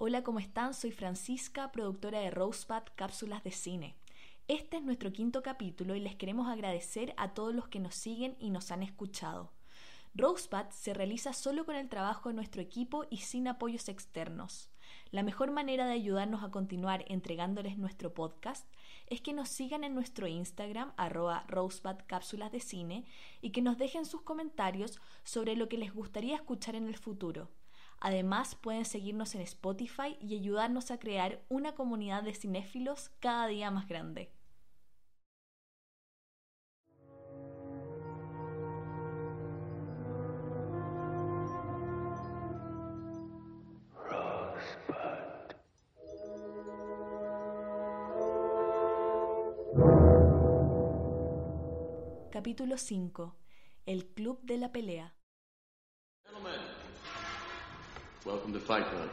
Hola, ¿cómo están? Soy Francisca, productora de Rosebud Cápsulas de Cine. Este es nuestro 5º capítulo y les queremos agradecer a todos los que nos siguen y nos han escuchado. Rosebud se realiza solo con el trabajo de nuestro equipo y sin apoyos externos. La mejor manera de ayudarnos a continuar entregándoles nuestro podcast es que nos sigan en nuestro Instagram, @Rosebud Cápsulas de Cine, y que nos dejen sus comentarios sobre lo que les gustaría escuchar en el futuro. Además, pueden seguirnos en Spotify y ayudarnos a crear una comunidad de cinéfilos cada día más grande. Capítulo 5. El Club de la Pelea. Gentlemen, welcome to Fight Club.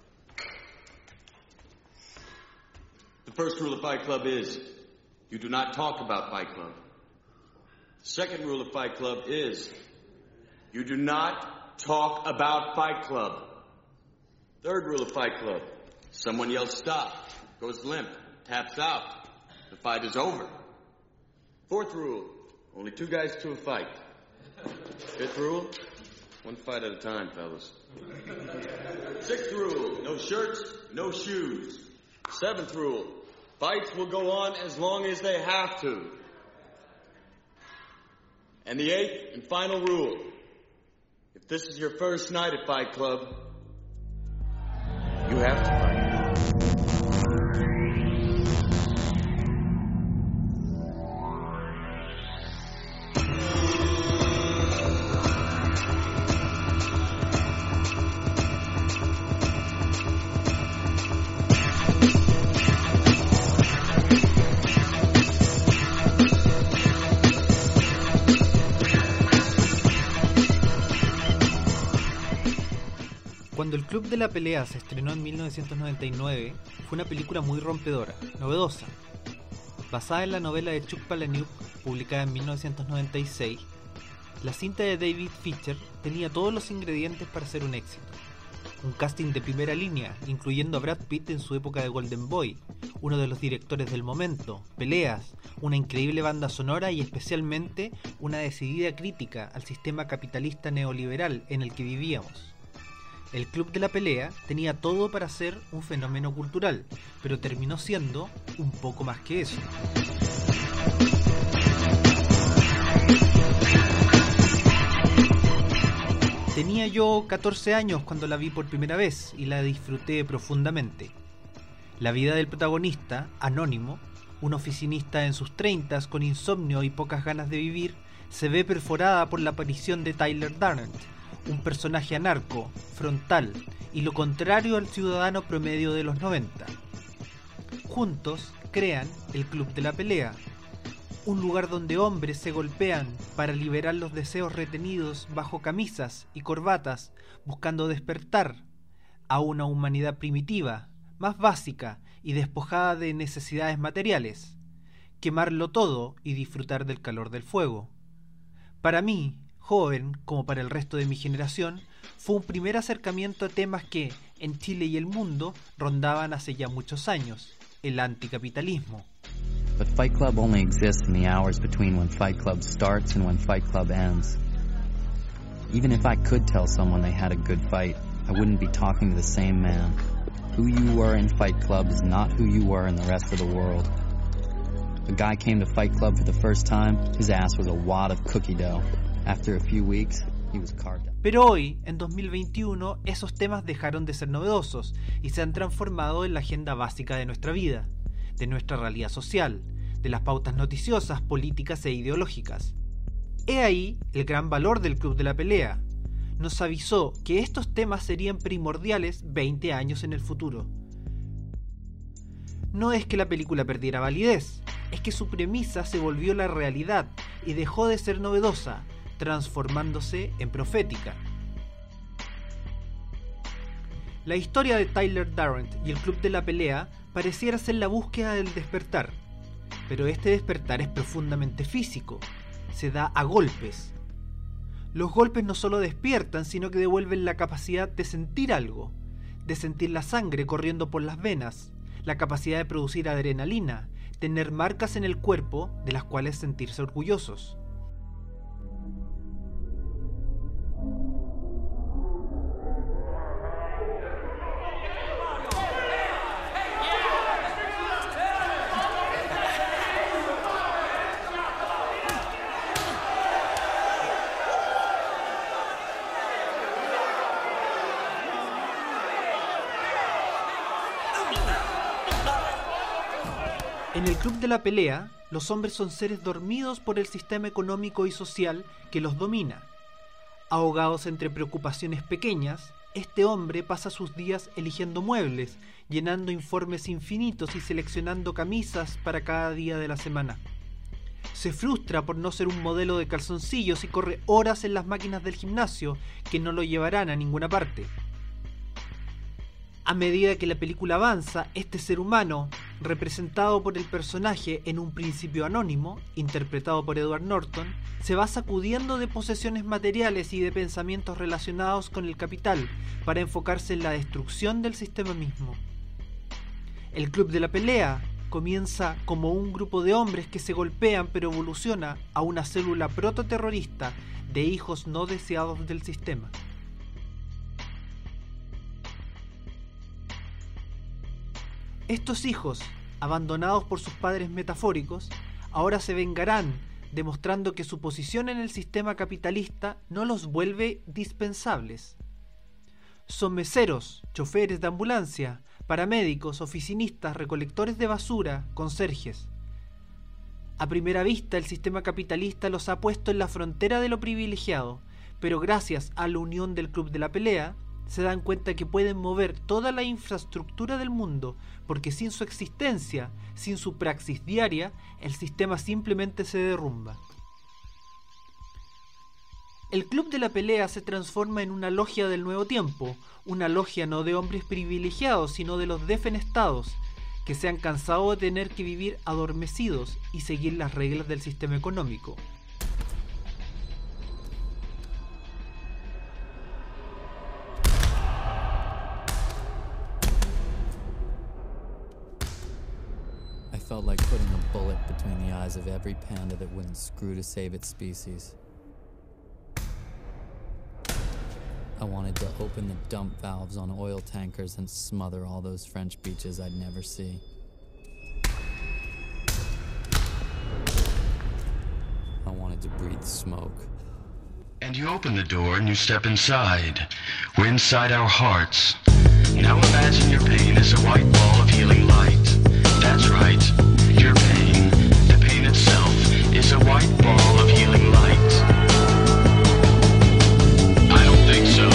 The first rule of Fight Club is, you do not talk about Fight Club. The second rule of Fight Club is, you do not talk about Fight Club. Third rule of Fight Club, someone yells stop, goes limp, taps out. The fight is over. Fourth rule, only 2 guys to a fight. Fifth rule, 1 fight at a time, fellas. Sixth rule, no shirts, no shoes. Seventh rule, fights will go on as long as they have to. And the 8th and final rule, if this is your first night at Fight Club, you have to fight. Cuando el Club de la Pelea se estrenó en 1999, fue una película muy rompedora, novedosa. Basada en la novela de Chuck Palahniuk, publicada en 1996, la cinta de David Fincher tenía todos los ingredientes para ser un éxito. Un casting de primera línea, incluyendo a Brad Pitt en su época de Golden Boy, uno de los directores del momento, peleas, una increíble banda sonora y especialmente una decidida crítica al sistema capitalista neoliberal en el que vivíamos. El Club de la Pelea tenía todo para ser un fenómeno cultural, pero terminó siendo un poco más que eso. Tenía yo 14 años cuando la vi por primera vez y la disfruté profundamente. La vida del protagonista, anónimo, un oficinista en sus 30s con insomnio y pocas ganas de vivir, se ve perforada por la aparición de Tyler Durden, un personaje anarco, frontal y lo contrario al ciudadano promedio de los 90. Juntos crean el Club de la Pelea, un lugar donde hombres se golpean para liberar los deseos retenidos bajo camisas y corbatas, buscando despertar a una humanidad primitiva, más básica y despojada de necesidades materiales, quemarlo todo y disfrutar del calor del fuego. Para mí, joven, como para el resto de mi generación, fue un primer acercamiento a temas que, en Chile y el mundo, rondaban hace ya muchos años: el anticapitalismo. But Fight Club only exists in the hours between when Fight Club starts and when Fight Club ends. Even if I could tell someone they had a good fight, I wouldn't be talking to the same man. Who you were in Fight Club is not who you were in the rest of the world. A guy came to Fight Club for the first time, his ass was a wad of cookie dough. After a few weeks, he was carved up. Pero hoy, en 2021, esos temas dejaron de ser novedosos y se han transformado en la agenda básica de nuestra vida, de nuestra realidad social, de las pautas noticiosas, políticas e ideológicas. He ahí el gran valor del Club de la Pelea. Nos avisó que estos temas serían primordiales 20 años en el futuro. No es que la película perdiera validez, es que su premisa se volvió la realidad y dejó de ser novedosa, transformándose en profética. La historia de Tyler Durden y el Club de la Pelea pareciera ser la búsqueda del despertar, pero este despertar es profundamente físico, se da a golpes. Los golpes no solo despiertan, sino que devuelven la capacidad de sentir algo. de sentir la sangre corriendo por las venas, la capacidad de producir adrenalina, tener marcas en el cuerpo de las cuales sentirse orgullosos. En el club de la pelea, los hombres son seres dormidos por el sistema económico y social que los domina. Ahogados entre preocupaciones pequeñas, este hombre pasa sus días eligiendo muebles, llenando informes infinitos y seleccionando camisas para cada día de la semana. Se frustra por no ser un modelo de calzoncillos y corre horas en las máquinas del gimnasio que no lo llevarán a ninguna parte. A medida que la película avanza, este ser humano, representado por el personaje en un principio anónimo, interpretado por Edward Norton, se va sacudiendo de posesiones materiales y de pensamientos relacionados con el capital para enfocarse en la destrucción del sistema mismo. El club de la pelea comienza como un grupo de hombres que se golpean, pero evoluciona a una célula prototerrorista de hijos no deseados del sistema. Estos hijos, abandonados por sus padres metafóricos, ahora se vengarán, demostrando que su posición en el sistema capitalista no los vuelve dispensables. Son meseros, choferes de ambulancia, paramédicos, oficinistas, recolectores de basura, conserjes. A primera vista, el sistema capitalista los ha puesto en la frontera de lo privilegiado, pero gracias a la unión del club de la pelea, se dan cuenta que pueden mover toda la infraestructura del mundo, porque sin su existencia, sin su praxis diaria, el sistema simplemente se derrumba. El club de la pelea se transforma en una logia del nuevo tiempo, una logia no de hombres privilegiados, sino de los defenestados, que se han cansado de tener que vivir adormecidos y seguir las reglas del sistema económico. I felt like putting a bullet between the eyes of every panda that wouldn't screw to save its species. I wanted to open the dump valves on oil tankers and smother all those French beaches I'd never see. I wanted to breathe smoke. And you open the door and you step inside. We're inside our hearts. Now imagine your pain as a white ball of healing light. That's right, your pain, the pain itself, is a white ball of healing light. I don't think so.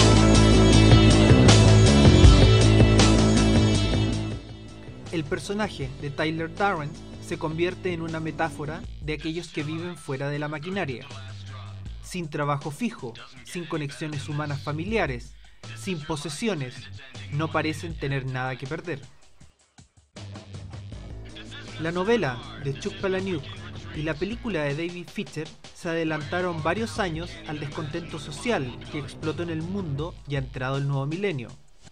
El personaje de Tyler Durden se convierte en una metáfora de aquellos que viven fuera de la maquinaria, sin trabajo fijo, sin conexiones humanas familiares, sin posesiones, no parecen tener nada que perder. La novela de Chuck Palahniuk y la película de David Fincher se adelantaron varios años al descontento social que explotó en el mundo ya entrado el nuevo milenio.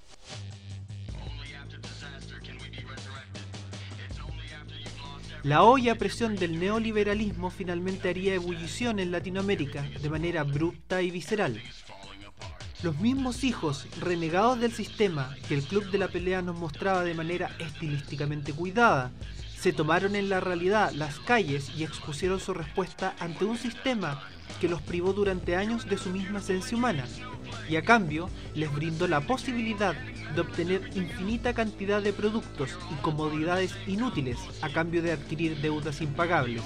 La olla a presión del neoliberalismo finalmente haría ebullición en Latinoamérica de manera abrupta y visceral. Los mismos hijos renegados del sistema que el club de la pelea nos mostraba de manera estilísticamente cuidada, se tomaron en la realidad las calles y expusieron su respuesta ante un sistema que los privó durante años de su misma esencia humana, y a cambio les brindó la posibilidad de obtener infinita cantidad de productos y comodidades inútiles a cambio de adquirir deudas impagables.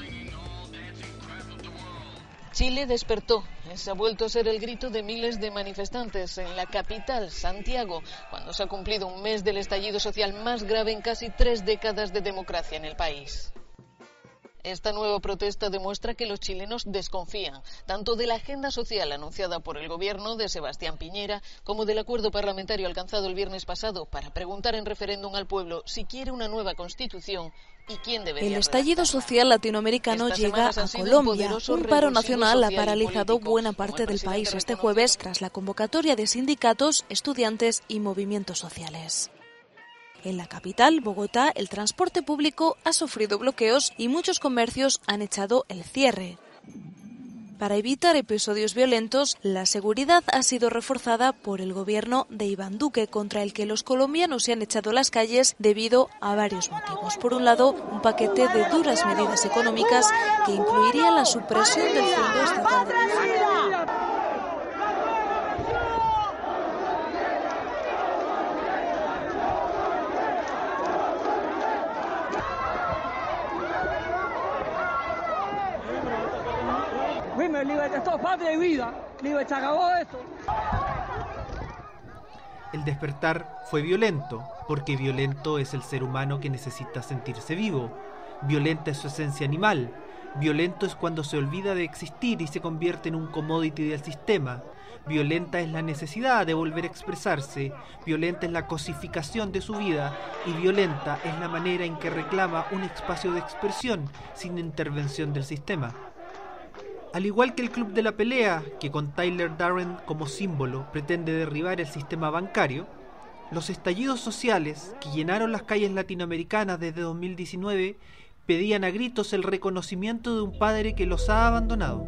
Chile despertó. Se ha vuelto a ser el grito de miles de manifestantes en la capital, Santiago, cuando se ha cumplido un mes del estallido social más grave en casi 3 décadas de democracia en el país. Esta nueva protesta demuestra que los chilenos desconfían tanto de la agenda social anunciada por el gobierno de Sebastián Piñera como del acuerdo parlamentario alcanzado el viernes pasado para preguntar en referéndum al pueblo si quiere una nueva constitución y quién debería El estallido social latinoamericano llega a Colombia. Un paro nacional ha paralizado buena parte del país este jueves tras la convocatoria de sindicatos, estudiantes y movimientos sociales. En la capital, Bogotá, el transporte público ha sufrido bloqueos y muchos comercios han echado el cierre. Para evitar episodios violentos, la seguridad ha sido reforzada por el gobierno de Iván Duque, contra el que los colombianos se han echado a las calles debido a varios motivos. Por un lado, un paquete de duras medidas económicas que incluiría la supresión del Fondo Estatal de Defensa. Esto es patria y vida. Se acabó esto. El despertar fue violento, porque violento es el ser humano que necesita sentirse vivo. Violenta es su esencia animal. Violento es cuando se olvida de existir y se convierte en un commodity del sistema. Violenta es la necesidad de volver a expresarse. Violenta es la cosificación de su vida. Y violenta es la manera en que reclama un espacio de expresión sin intervención del sistema. Al igual que el Club de la Pelea, que con Tyler Durden como símbolo pretende derribar el sistema bancario, los estallidos sociales que llenaron las calles latinoamericanas desde 2019 pedían a gritos el reconocimiento de un padre que los ha abandonado.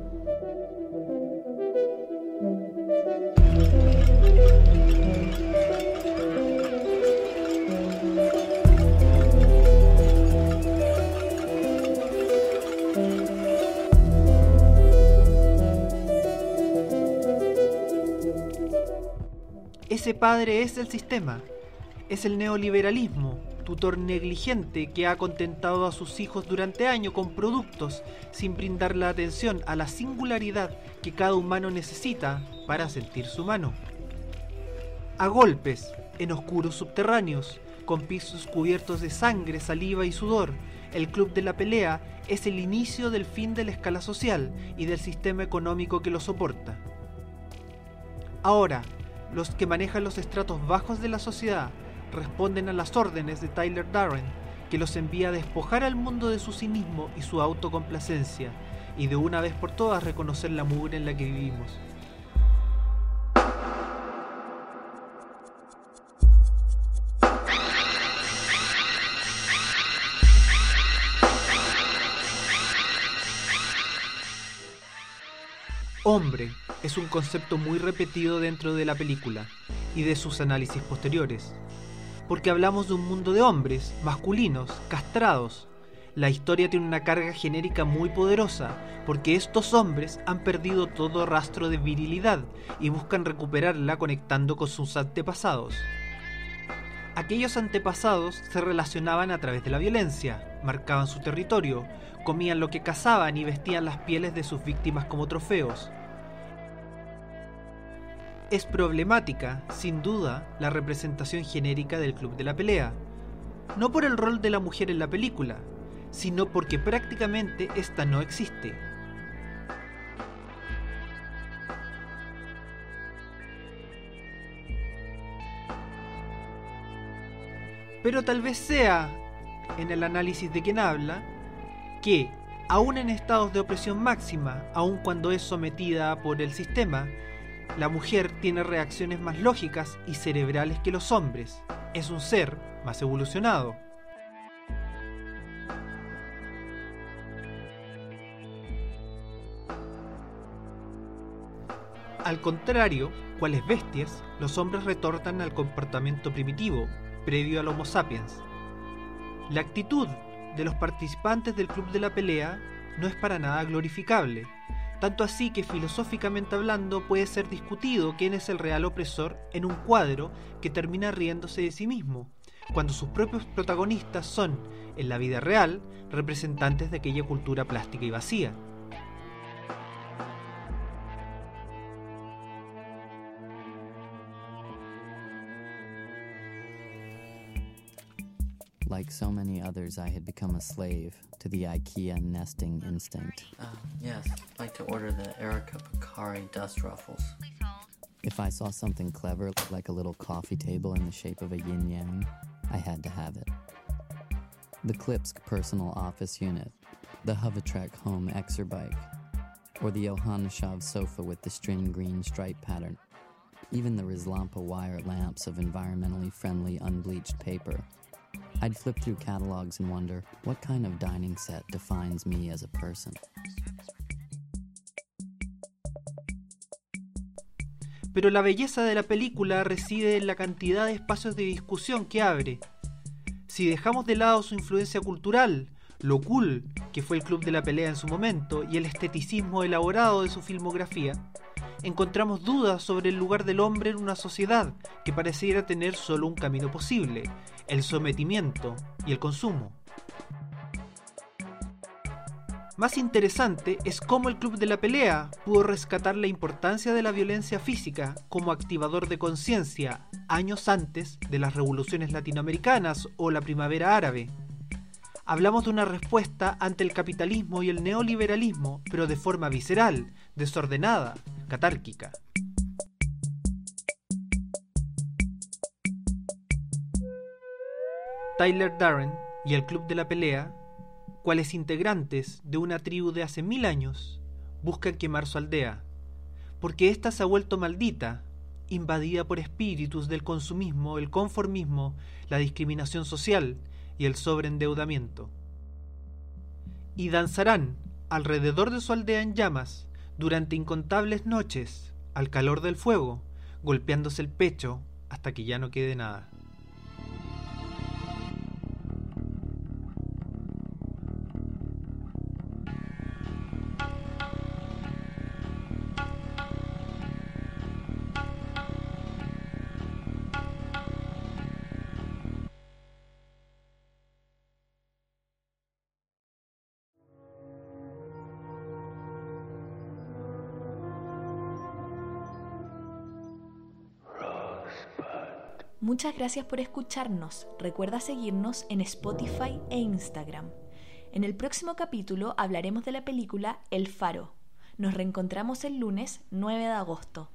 Ese padre es el sistema, es el neoliberalismo, tutor negligente que ha contentado a sus hijos durante años con productos sin brindar la atención a la singularidad que cada humano necesita para sentirse humano. A golpes, en oscuros subterráneos, con pisos cubiertos de sangre, saliva y sudor, el Club de la Pelea es el inicio del fin de la escala social y del sistema económico que lo soporta. Ahora, los que manejan los estratos bajos de la sociedad responden a las órdenes de Tyler Durden, que los envía a despojar al mundo de su cinismo y su autocomplacencia, y de una vez por todas reconocer la mugre en la que vivimos. Hombre es un concepto muy repetido dentro de la película y de sus análisis posteriores, porque hablamos de un mundo de hombres, masculinos, castrados. La historia tiene una carga genérica muy poderosa, porque estos hombres han perdido todo rastro de virilidad y buscan recuperarla conectando con sus antepasados. Aquellos antepasados se relacionaban a través de la violencia, marcaban su territorio, comían lo que cazaban y vestían las pieles de sus víctimas como trofeos. Es problemática, sin duda, la representación genérica del Club de la Pelea, no por el rol de la mujer en la película, sino porque prácticamente esta no existe. Pero tal vez sea, en el análisis de quien habla, que, aún en estados de opresión máxima, aun cuando es sometida por el sistema, la mujer tiene reacciones más lógicas y cerebrales que los hombres. Es un ser más evolucionado. Al contrario, cuales bestias, los hombres retornan al comportamiento primitivo, previo al Homo sapiens. La actitud de los participantes del Club de la Pelea no es para nada glorificable, tanto así que filosóficamente hablando puede ser discutido quién es el real opresor en un cuadro que termina riéndose de sí mismo, cuando sus propios protagonistas son, en la vida real, representantes de aquella cultura plástica y vacía. Like so many others, I had become a slave to the IKEA nesting instinct. Yes, I'd like to order the Erica Picari dust ruffles. If I saw something clever, like a little coffee table in the shape of a yin-yang, I had to have it. The Klipsk personal office unit, the Hovatrek home exerbike, or the Yohanneshov's sofa with the string green stripe pattern. Even the Rizlampa wire lamps of environmentally friendly unbleached paper. I'd flip through catalogs and wonder, what kind of dining set defines me as a person? Pero la belleza de la película reside en la cantidad de espacios de discusión que abre. Si dejamos de lado su influencia cultural, lo cool que fue el Club de la Pelea en su momento y el esteticismo elaborado de su filmografía, encontramos dudas sobre el lugar del hombre en una sociedad que pareciera tener solo un camino posible: el sometimiento y el consumo. Más interesante es cómo el Club de la Pelea pudo rescatar la importancia de la violencia física como activador de conciencia años antes de las revoluciones latinoamericanas o la primavera árabe. Hablamos de una respuesta ante el capitalismo y el neoliberalismo, pero de forma visceral, desordenada, catárquica. Tyler Durden y el Club de la Pelea, cuales integrantes de una tribu de hace 1000 años, buscan quemar su aldea, porque ésta se ha vuelto maldita, invadida por espíritus del consumismo, el conformismo, la discriminación social y el sobreendeudamiento. Y danzarán alrededor de su aldea en llamas durante incontables noches, al calor del fuego, golpeándose el pecho hasta que ya no quede nada. Muchas gracias por escucharnos. Recuerda seguirnos en Spotify e Instagram. En el próximo capítulo hablaremos de la película El Faro. Nos reencontramos el lunes 9 de agosto.